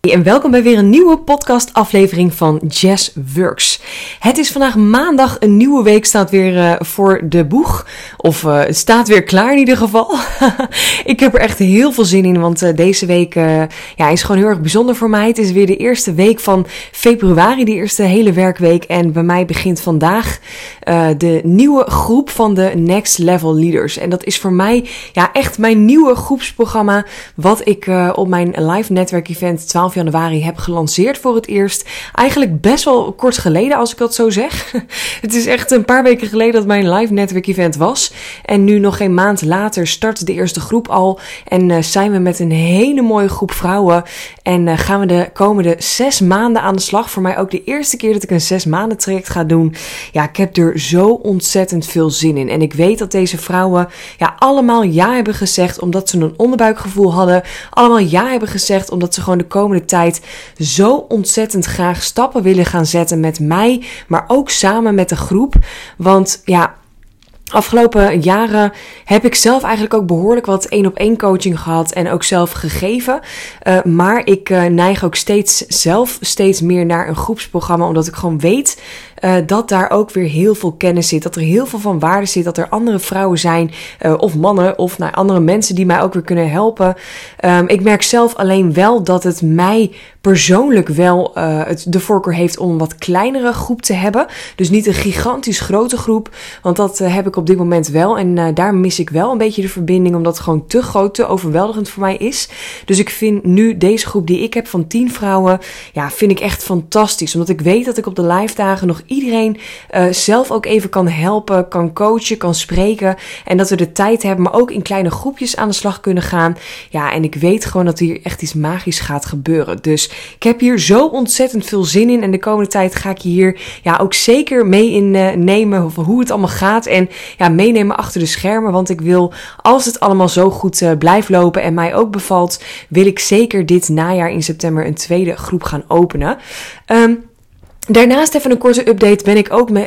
En welkom bij weer een nieuwe podcastaflevering van Jazz Works. Het is vandaag maandag, een nieuwe week staat weer voor de boeg. Of het staat weer klaar in ieder geval. Ik heb er echt heel veel zin in, want deze week is gewoon heel erg bijzonder voor mij. Het is weer de eerste week van februari, de eerste hele werkweek. En bij mij begint vandaag de nieuwe groep van de Next Level Leaders. En dat is voor mij echt mijn nieuwe groepsprogramma, wat ik op mijn live netwerk event 12 januari heb gelanceerd voor het eerst. Eigenlijk best wel kort geleden, als ik dat zo zeg. Het is echt een paar weken geleden dat mijn live netwerk event was. En nu nog geen maand later start de eerste groep al. En zijn we met een hele mooie groep vrouwen. En gaan we de komende 6 maanden aan de slag. Voor mij ook de eerste keer dat ik een 6 maanden traject ga doen. Ja, ik heb er zo ontzettend veel zin in. En ik weet dat deze vrouwen allemaal ja hebben gezegd omdat ze een onderbuikgevoel hadden. Allemaal ja hebben gezegd omdat ze gewoon de komende tijd zo ontzettend graag stappen willen gaan zetten met mij, maar ook samen met de groep. Want afgelopen jaren heb ik zelf eigenlijk ook behoorlijk wat 1-op-1 coaching gehad en ook zelf gegeven. Maar ik neig ook steeds meer naar een groepsprogramma, omdat ik gewoon weet dat daar ook weer heel veel kennis zit. Dat er heel veel van waarde zit. Dat er andere vrouwen zijn of mannen of andere mensen die mij ook weer kunnen helpen. Ik merk zelf alleen wel dat het mij persoonlijk wel de voorkeur heeft om een wat kleinere groep te hebben. Dus niet een gigantisch grote groep. Want dat heb ik op dit moment wel. En daar mis ik wel een beetje de verbinding. Omdat het gewoon te groot, te overweldigend voor mij is. Dus ik vind nu deze groep die ik heb van 10 vrouwen. Vind ik echt fantastisch. Omdat ik weet dat ik op de live dagen nog iedereen zelf ook even kan helpen. Kan coachen, kan spreken. En dat we de tijd hebben. Maar ook in kleine groepjes aan de slag kunnen gaan. Ja, en ik weet gewoon dat hier echt iets magisch gaat gebeuren. Dus ik heb hier zo ontzettend veel zin in. En de komende tijd ga ik je hier ook zeker mee in nemen. Hoe het allemaal gaat. En meenemen achter de schermen. Want ik wil, als het allemaal zo goed blijft lopen en mij ook bevalt, wil ik zeker dit najaar in september een tweede groep gaan openen. Daarnaast even een korte update ben ik ook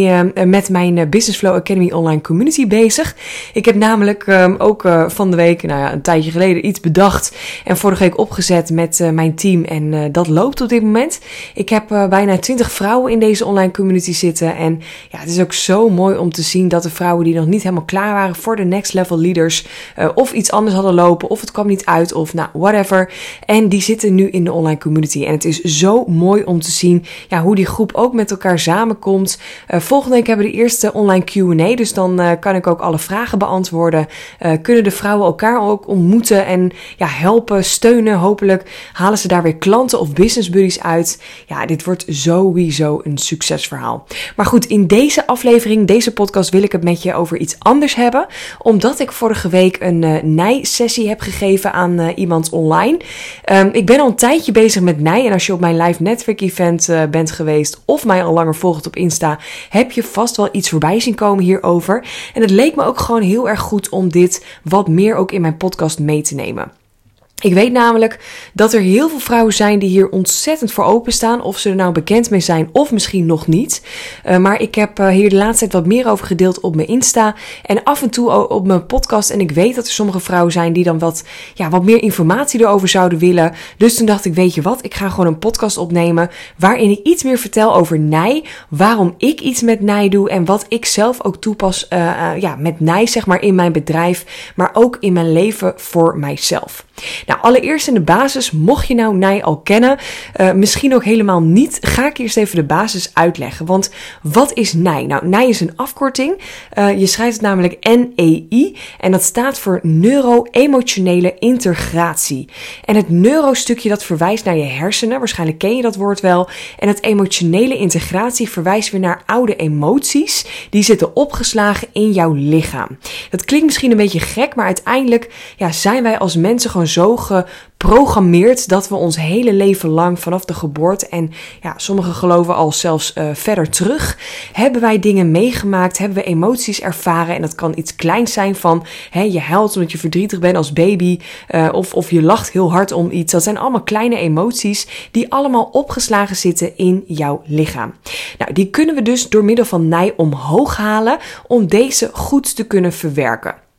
met mijn Business Flow Academy online community bezig. Ik heb namelijk ook van de week, een tijdje geleden iets bedacht en vorige week opgezet met mijn team en dat loopt op dit moment. Ik heb bijna 20 vrouwen in deze online community zitten en het is ook zo mooi om te zien dat de vrouwen die nog niet helemaal klaar waren voor de Next Level Leaders of iets anders hadden lopen of het kwam niet uit of whatever. En die zitten nu in de online community en het is zo mooi om te zien hoe die groep ook met elkaar samenkomt. Volgende week hebben we de eerste online Q&A, dus dan kan ik ook alle vragen beantwoorden. Kunnen de vrouwen elkaar ook ontmoeten en helpen, steunen. Hopelijk halen ze daar weer klanten of business buddies uit. Ja, dit wordt sowieso een succesverhaal. Maar goed, in deze aflevering, deze podcast, wil ik het met je over iets anders hebben. Omdat ik vorige week een nij-sessie heb gegeven aan iemand online. Ik ben al een tijdje bezig met nij en als je op mijn live netwerk event bent geweest of mij al langer volgt op Insta, heb je vast wel iets voorbij zien komen hierover. En het leek me ook gewoon heel erg goed om dit wat meer ook in mijn podcast mee te nemen. Ik weet namelijk dat er heel veel vrouwen zijn die hier ontzettend voor openstaan. Of ze er nou bekend mee zijn of misschien nog niet. Maar ik heb hier de laatste tijd wat meer over gedeeld op mijn Insta. En af en toe op mijn podcast. En ik weet dat er sommige vrouwen zijn die dan wat meer informatie erover zouden willen. Dus toen dacht ik, weet je wat? Ik ga gewoon een podcast opnemen waarin ik iets meer vertel over nij. Waarom ik iets met nij doe. En wat ik zelf ook toepas met nij zeg maar in mijn bedrijf. Maar ook in mijn leven voor mijzelf. Nou, allereerst in de basis, mocht je nou nij al kennen, misschien ook helemaal niet, ga ik eerst even de basis uitleggen. Want wat is nij? Nou, nij is een afkorting. Je schrijft het namelijk NEI en dat staat voor neuro-emotionele integratie. En het neurostukje dat verwijst naar je hersenen, waarschijnlijk ken je dat woord wel. En het emotionele integratie verwijst weer naar oude emoties, die zitten opgeslagen in jouw lichaam. Dat klinkt misschien een beetje gek, maar uiteindelijk zijn wij als mensen gewoon zo geprogrammeerd dat we ons hele leven lang vanaf de geboorte en sommigen geloven al zelfs verder terug, hebben wij dingen meegemaakt, hebben we emoties ervaren en dat kan iets kleins zijn van je huilt omdat je verdrietig bent als baby of je lacht heel hard om iets. Dat zijn allemaal kleine emoties die allemaal opgeslagen zitten in jouw lichaam. Nou, die kunnen we dus door middel van nij omhoog halen om deze goed te kunnen verwerken.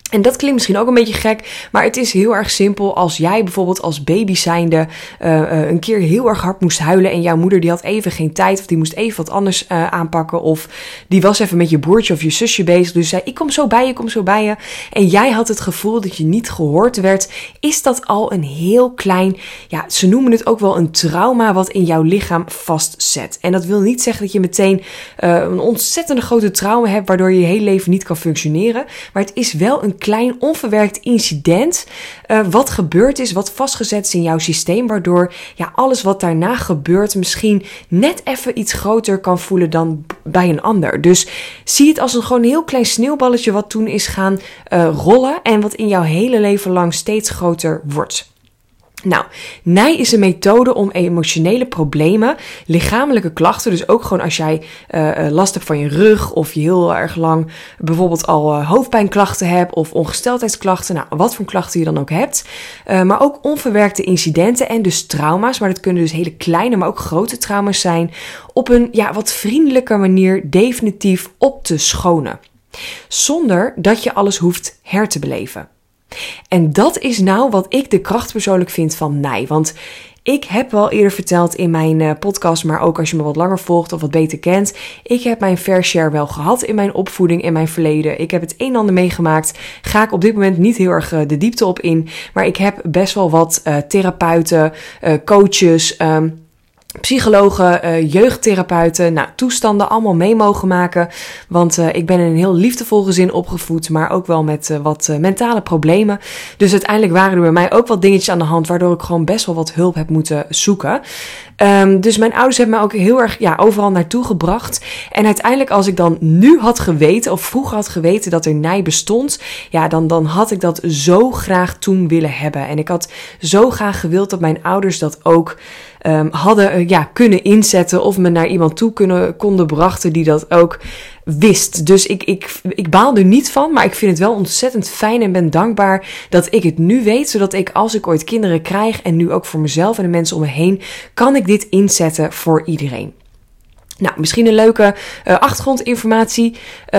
En dat klinkt misschien ook een beetje gek, maar het is heel erg simpel. Als jij bijvoorbeeld als baby zijnde een keer heel erg hard moest huilen en jouw moeder die had even geen tijd of die moest even wat anders aanpakken of die was even met je broertje of je zusje bezig. Dus zei, ik kom zo bij je. En jij had het gevoel dat je niet gehoord werd, is dat al een heel klein, ze noemen het ook wel een trauma wat in jouw lichaam vastzet. En dat wil niet zeggen dat je meteen een ontzettende grote trauma hebt waardoor je je hele leven niet kan functioneren. Maar het is wel een klein onverwerkt incident wat gebeurd is, wat vastgezet is in jouw systeem, waardoor alles wat daarna gebeurt misschien net even iets groter kan voelen dan bij een ander. Dus zie het als een gewoon heel klein sneeuwballetje wat toen is gaan rollen en wat in jouw hele leven lang steeds groter wordt. Nou, NIJ is een methode om emotionele problemen, lichamelijke klachten, dus ook gewoon als jij last hebt van je rug of je heel erg lang bijvoorbeeld al hoofdpijnklachten hebt of ongesteldheidsklachten, wat voor klachten je dan ook hebt, maar ook onverwerkte incidenten en dus trauma's, maar dat kunnen dus hele kleine, maar ook grote trauma's zijn, op een wat vriendelijke manier definitief op te schonen, zonder dat je alles hoeft her te beleven. En dat is nou wat ik de kracht persoonlijk vind van NIJ. Want ik heb wel eerder verteld in mijn podcast, maar ook als je me wat langer volgt of wat beter kent. Ik heb mijn fair share wel gehad in mijn opvoeding, in mijn verleden. Ik heb het een en ander meegemaakt. Ga ik op dit moment niet heel erg de diepte op in. Maar ik heb best wel wat therapeuten, coaches, psychologen, jeugdtherapeuten, toestanden allemaal mee mogen maken. Want ik ben in een heel liefdevol gezin opgevoed, maar ook wel met wat mentale problemen. Dus uiteindelijk waren er bij mij ook wat dingetjes aan de hand, waardoor ik gewoon best wel wat hulp heb moeten zoeken. Dus mijn ouders hebben mij ook heel erg overal naartoe gebracht. En uiteindelijk als ik dan nu had geweten, of vroeger had geweten dat er NIJ bestond, dan had ik dat zo graag toen willen hebben. En ik had zo graag gewild dat mijn ouders dat ook hadden kunnen inzetten of me naar iemand toe konden brachten die dat ook wist. Dus ik baal er niet van, maar ik vind het wel ontzettend fijn en ben dankbaar dat ik het nu weet, zodat ik als ik ooit kinderen krijg en nu ook voor mezelf en de mensen om me heen, kan ik dit inzetten voor iedereen. Nou, misschien een leuke achtergrondinformatie.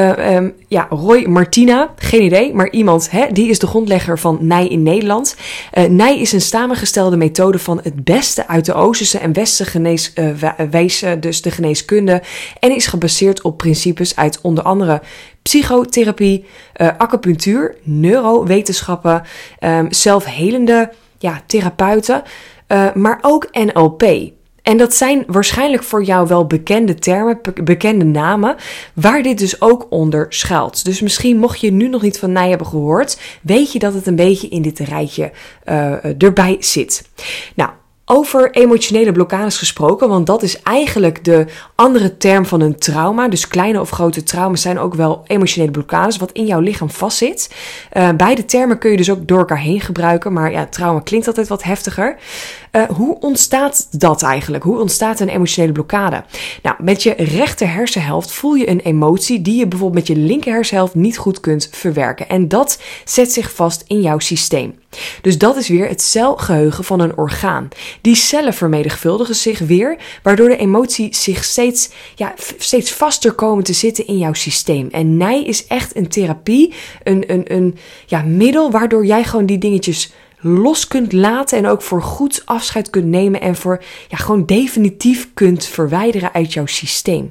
Roy Martina, geen idee, maar iemand, die is de grondlegger van NIJ in Nederland. NIJ is een samengestelde methode van het beste uit de Oosterse en Westerse geneeswezen, dus de geneeskunde, en is gebaseerd op principes uit onder andere psychotherapie, acupunctuur, neurowetenschappen, zelfhelende therapeuten, maar ook NLP. En dat zijn waarschijnlijk voor jou wel bekende termen, bekende namen, waar dit dus ook onder schuilt. Dus misschien mocht je nu nog niet van NIJ hebben gehoord, weet je dat het een beetje in dit rijtje erbij zit. Nou, over emotionele blokkades gesproken, want dat is eigenlijk de andere term van een trauma. Dus kleine of grote trauma's zijn ook wel emotionele blokkades, wat in jouw lichaam vastzit. Beide termen kun je dus ook door elkaar heen gebruiken, maar trauma klinkt altijd wat heftiger. Hoe ontstaat dat eigenlijk? Hoe ontstaat een emotionele blokkade? Nou, met je rechter hersenhelft voel je een emotie die je bijvoorbeeld met je linker hersenhelft niet goed kunt verwerken. En dat zet zich vast in jouw systeem. Dus dat is weer het celgeheugen van een orgaan. Die cellen vermenigvuldigen zich weer, waardoor de emoties zich steeds vaster komen te zitten in jouw systeem. En NIJ is echt een therapie, een middel waardoor jij gewoon die dingetjes los kunt laten en ook voor goed afscheid kunt nemen en voor gewoon definitief kunt verwijderen uit jouw systeem.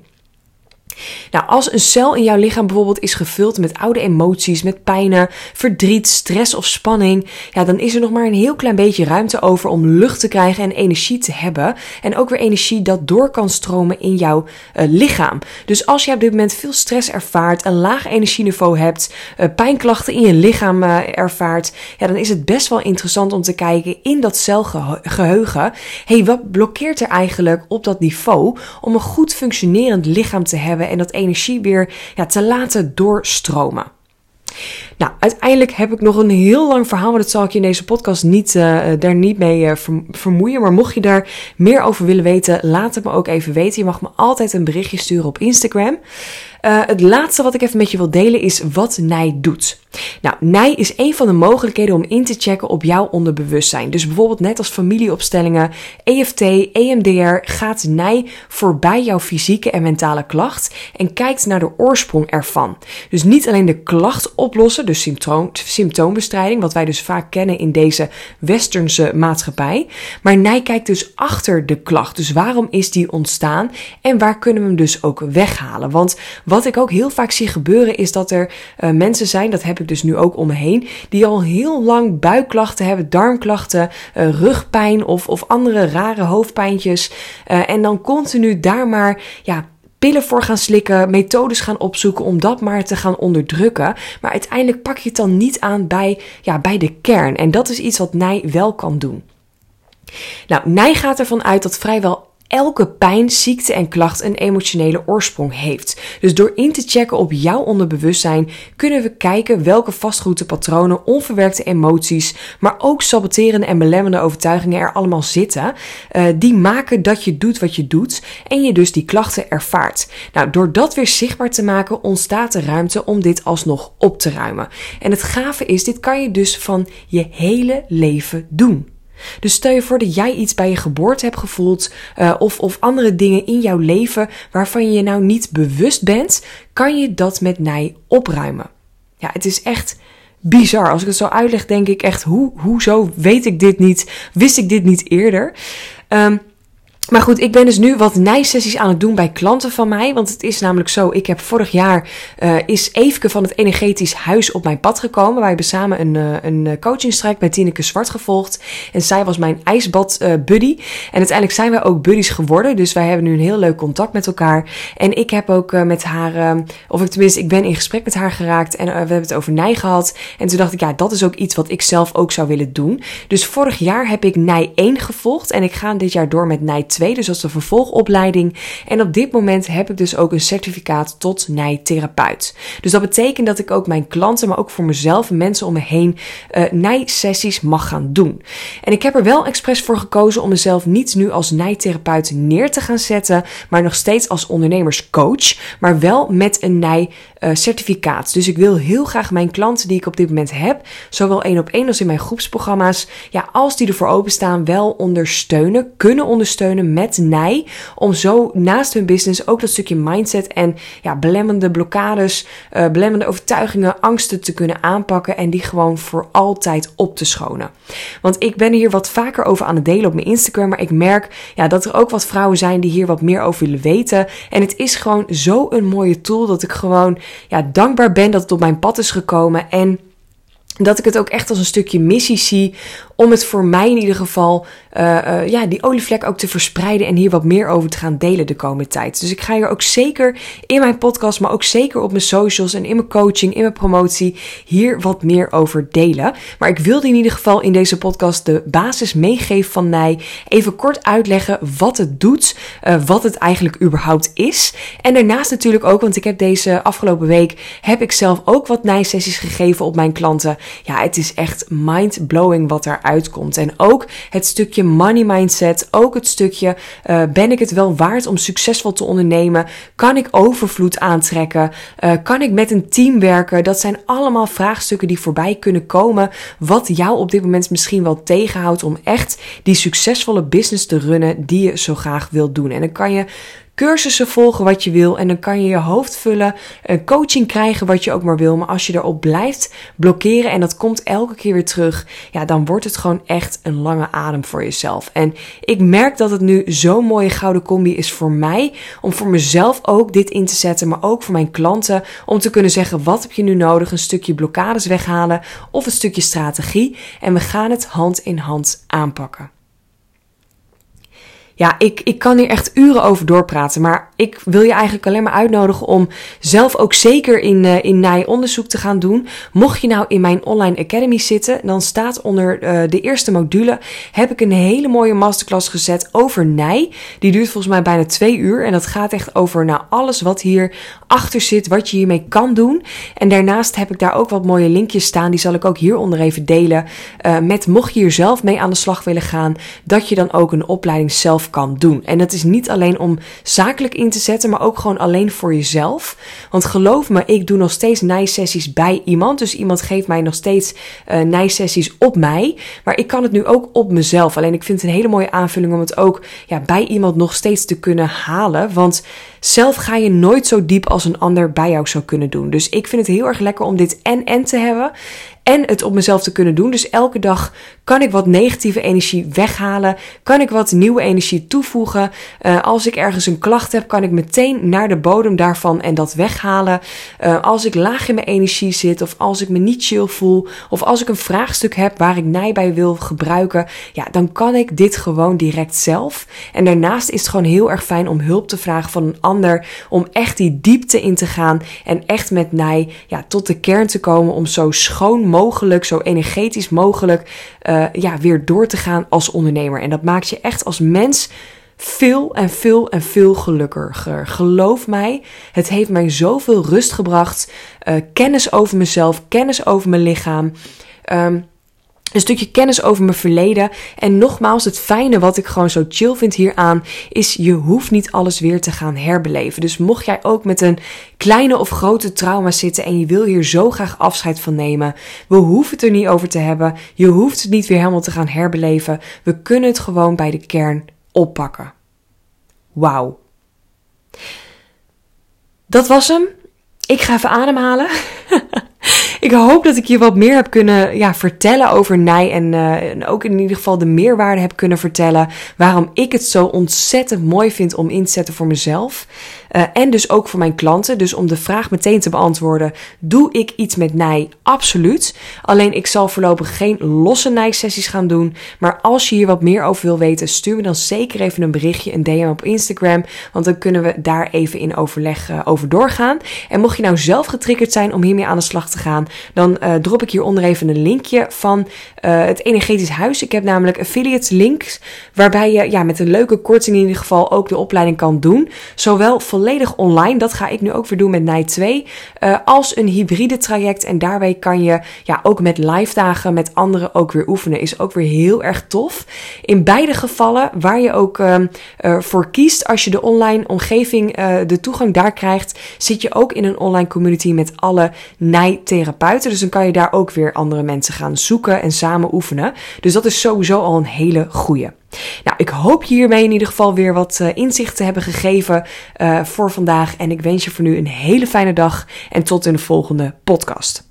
Nou, als een cel in jouw lichaam bijvoorbeeld is gevuld met oude emoties, met pijnen, verdriet, stress of spanning, dan is er nog maar een heel klein beetje ruimte over om lucht te krijgen en energie te hebben. En ook weer energie dat door kan stromen in jouw lichaam. Dus als je op dit moment veel stress ervaart, een laag energieniveau hebt, pijnklachten in je lichaam ervaart, dan is het best wel interessant om te kijken in dat celgeheugen. Wat blokkeert er eigenlijk op dat niveau om een goed functionerend lichaam te hebben en dat energie weer te laten doorstromen. Nou, uiteindelijk heb ik nog een heel lang verhaal, maar dat zal ik je in deze podcast daar niet mee vermoeien. Maar mocht je daar meer over willen weten, laat het me ook even weten. Je mag me altijd een berichtje sturen op Instagram. Het laatste wat ik even met je wil delen is wat NIJ doet. Nou, NIJ is een van de mogelijkheden om in te checken op jouw onderbewustzijn. Dus bijvoorbeeld net als familieopstellingen, EFT, EMDR gaat NIJ voorbij jouw fysieke en mentale klacht en kijkt naar de oorsprong ervan. Dus niet alleen de klacht oplossen, dus symptoombestrijding, wat wij dus vaak kennen in deze westerse maatschappij. Maar Nij kijkt dus achter de klacht. Dus waarom is die ontstaan en waar kunnen we hem dus ook weghalen? Want wat ik ook heel vaak zie gebeuren is dat er mensen zijn, dat heb ik dus nu ook om me heen, die al heel lang buikklachten hebben, darmklachten, rugpijn of andere rare hoofdpijntjes. En dan continu daar maar pillen voor gaan slikken, methodes gaan opzoeken om dat maar te gaan onderdrukken. Maar uiteindelijk pak je het dan niet aan bij de kern. En dat is iets wat Nij wel kan doen. Nou, Nij gaat ervan uit dat vrijwel elke pijn, ziekte en klacht een emotionele oorsprong heeft. Dus door in te checken op jouw onderbewustzijn kunnen we kijken welke vastgeroeste patronen, onverwerkte emoties, maar ook saboterende en belemmerende overtuigingen er allemaal zitten. Die maken dat je doet wat je doet en je dus die klachten ervaart. Nou, door dat weer zichtbaar te maken ontstaat de ruimte om dit alsnog op te ruimen. En het gave is, dit kan je dus van je hele leven doen. Dus stel je voor dat jij iets bij je geboorte hebt gevoeld of andere dingen in jouw leven waarvan je je nou niet bewust bent, kan je dat met Nij opruimen. Ja, het is echt bizar. Als ik het zo uitleg, denk ik echt, hoezo wist ik dit niet eerder? Maar goed, ik ben dus nu wat Nij-sessies aan het doen bij klanten van mij. Want het is namelijk zo, ik heb vorig jaar is Eefke van het Energetisch Huis op mijn pad gekomen. Wij hebben samen een coachingstraject bij Tineke Zwart gevolgd. En zij was mijn ijsbad buddy. En uiteindelijk zijn wij ook buddies geworden. Dus wij hebben nu een heel leuk contact met elkaar. En ik heb ook met haar, ik ben in gesprek met haar geraakt. En we hebben het over Nij gehad. En toen dacht ik, dat is ook iets wat ik zelf ook zou willen doen. Dus vorig jaar heb ik Nij 1 gevolgd. En ik ga dit jaar door met Nij 2. Dus dat is de vervolgopleiding. En op dit moment heb ik dus ook een certificaat tot Nij-therapeut. Dus dat betekent dat ik ook mijn klanten, maar ook voor mezelf en mensen om me heen Nij-sessies mag gaan doen. En ik heb er wel expres voor gekozen om mezelf niet nu als Nij-therapeut neer te gaan zetten, maar nog steeds als ondernemerscoach, maar wel met een Nij-certificaat. Dus ik wil heel graag mijn klanten die ik op dit moment heb, zowel 1-op-1 als in mijn groepsprogramma's, als die ervoor openstaan, wel kunnen ondersteunen met Nij, om zo naast hun business ook dat stukje mindset en belemmerende blokkades, belemmerende overtuigingen, angsten te kunnen aanpakken en die gewoon voor altijd op te schonen. Want ik ben hier wat vaker over aan het delen op mijn Instagram, maar ik merk dat er ook wat vrouwen zijn die hier wat meer over willen weten. En het is gewoon zo een mooie tool dat ik gewoon dankbaar ben dat het op mijn pad is gekomen en dat ik het ook echt als een stukje missie zie om het voor mij in ieder geval, die olievlek ook te verspreiden en hier wat meer over te gaan delen de komende tijd. Dus ik ga hier ook zeker in mijn podcast, maar ook zeker op mijn socials en in mijn coaching, in mijn promotie, hier wat meer over delen. Maar ik wilde in ieder geval in deze podcast de basis meegeven van Nij, even kort uitleggen wat het doet, wat het eigenlijk überhaupt is. En daarnaast natuurlijk ook, want ik heb deze afgelopen week, heb ik zelf ook wat Nij-sessies gegeven op mijn klanten. Ja, het is echt mind-blowing wat eruit komt. En ook het stukje money mindset, ook het stukje ben ik het wel waard om succesvol te ondernemen? Kan ik overvloed aantrekken? Kan ik met een team werken? Dat zijn allemaal vraagstukken die voorbij kunnen komen, wat jou op dit moment misschien wel tegenhoudt om echt die succesvolle business te runnen die je zo graag wilt doen. En dan kan je cursussen volgen wat je wil en dan kan je je hoofd vullen, een coaching krijgen wat je ook maar wil. Maar als je erop blijft blokkeren en dat komt elke keer weer terug, dan wordt het gewoon echt een lange adem voor jezelf. En ik merk dat het nu zo'n mooie gouden combi is voor mij, om voor mezelf ook dit in te zetten, maar ook voor mijn klanten, om te kunnen zeggen, wat heb je nu nodig? Een stukje blokkades weghalen of een stukje strategie en we gaan het hand in hand aanpakken. Ja, ik kan hier echt uren over doorpraten, maar ik wil je eigenlijk alleen maar uitnodigen om zelf ook zeker in Nij onderzoek te gaan doen. Mocht je nou in mijn online academy zitten, dan staat onder de eerste module, heb ik een hele mooie masterclass gezet over Nij. Die duurt volgens mij bijna 2 uur en dat gaat echt over alles wat hier achter zit, wat je hiermee kan doen. En daarnaast heb ik daar ook wat mooie linkjes staan, die zal ik ook hieronder even delen, met mocht je hier zelf mee aan de slag willen gaan, dat je dan ook een opleiding zelf jezelf kan doen. En dat is niet alleen om zakelijk in te zetten, maar ook gewoon alleen voor jezelf. Want geloof me, ik doe nog steeds naaisessies bij iemand. Dus iemand geeft mij nog steeds naaisessies op mij. Maar ik kan het nu ook op mezelf. Alleen ik vind het een hele mooie aanvulling om het ook bij iemand nog steeds te kunnen halen. Want zelf ga je nooit zo diep als een ander bij jou zou kunnen doen. Dus ik vind het heel erg lekker om dit en te hebben. En het op mezelf te kunnen doen. Dus elke dag kan ik wat negatieve energie weghalen. Kan ik wat nieuwe energie toevoegen. Als ik ergens een klacht heb, kan ik meteen naar de bodem daarvan en dat weghalen. Als ik laag in mijn energie zit, of als ik me niet chill voel, of als ik een vraagstuk heb waar ik Nij bij wil gebruiken, dan kan ik dit gewoon direct zelf. En daarnaast is het gewoon heel erg fijn om hulp te vragen van een ander, om echt die diepte in te gaan en echt met Nij tot de kern te komen, om zo schoon mogelijk, zo energetisch mogelijk weer door te gaan als ondernemer. En dat maakt je echt als mens veel en veel gelukkiger. Geloof mij, het heeft mij zoveel rust gebracht. Kennis over mezelf, kennis over mijn lichaam. Een stukje kennis over mijn verleden. En nogmaals, het fijne wat ik gewoon zo chill vind hieraan is, je hoeft niet alles weer te gaan herbeleven. Dus mocht jij ook met een kleine of grote trauma zitten en je wil hier zo graag afscheid van nemen, we hoeven het er niet over te hebben. Je hoeft het niet weer helemaal te gaan herbeleven. We kunnen het gewoon bij de kern oppakken. Wauw. Dat was hem. Ik ga even ademhalen. Ik hoop dat ik je wat meer heb kunnen vertellen over Nij. En ook in ieder geval de meerwaarde heb kunnen vertellen. Waarom ik het zo ontzettend mooi vind om in te zetten voor mezelf. En dus ook voor mijn klanten. Dus om de vraag meteen te beantwoorden. Doe ik iets met Nij? Absoluut. Alleen ik zal voorlopig geen losse Nij-sessies gaan doen. Maar als je hier wat meer over wil weten, stuur me dan zeker even een berichtje, een DM op Instagram. Want dan kunnen we daar even in overleg over doorgaan. En mocht je nou zelf getriggerd zijn om hiermee aan de slag te gaan, dan drop ik hieronder even een linkje van het Energetisch Huis. Ik heb namelijk affiliate links, waarbij je met een leuke korting in ieder geval ook de opleiding kan doen. Zowel volledig online, dat ga ik nu ook weer doen met Nij 2, als een hybride traject. En daarbij kan je ook met live dagen met anderen ook weer oefenen. Is ook weer heel erg tof. In beide gevallen, waar je ook voor kiest, als je de online omgeving, de toegang daar krijgt, zit je ook in een online community met alle Nij-therapeuten. Dus dan kan je daar ook weer andere mensen gaan zoeken en samen oefenen. Dus dat is sowieso al een hele goeie. Nou, ik hoop je hiermee in ieder geval weer wat inzicht te hebben gegeven voor vandaag. En ik wens je voor nu een hele fijne dag en tot in de volgende podcast.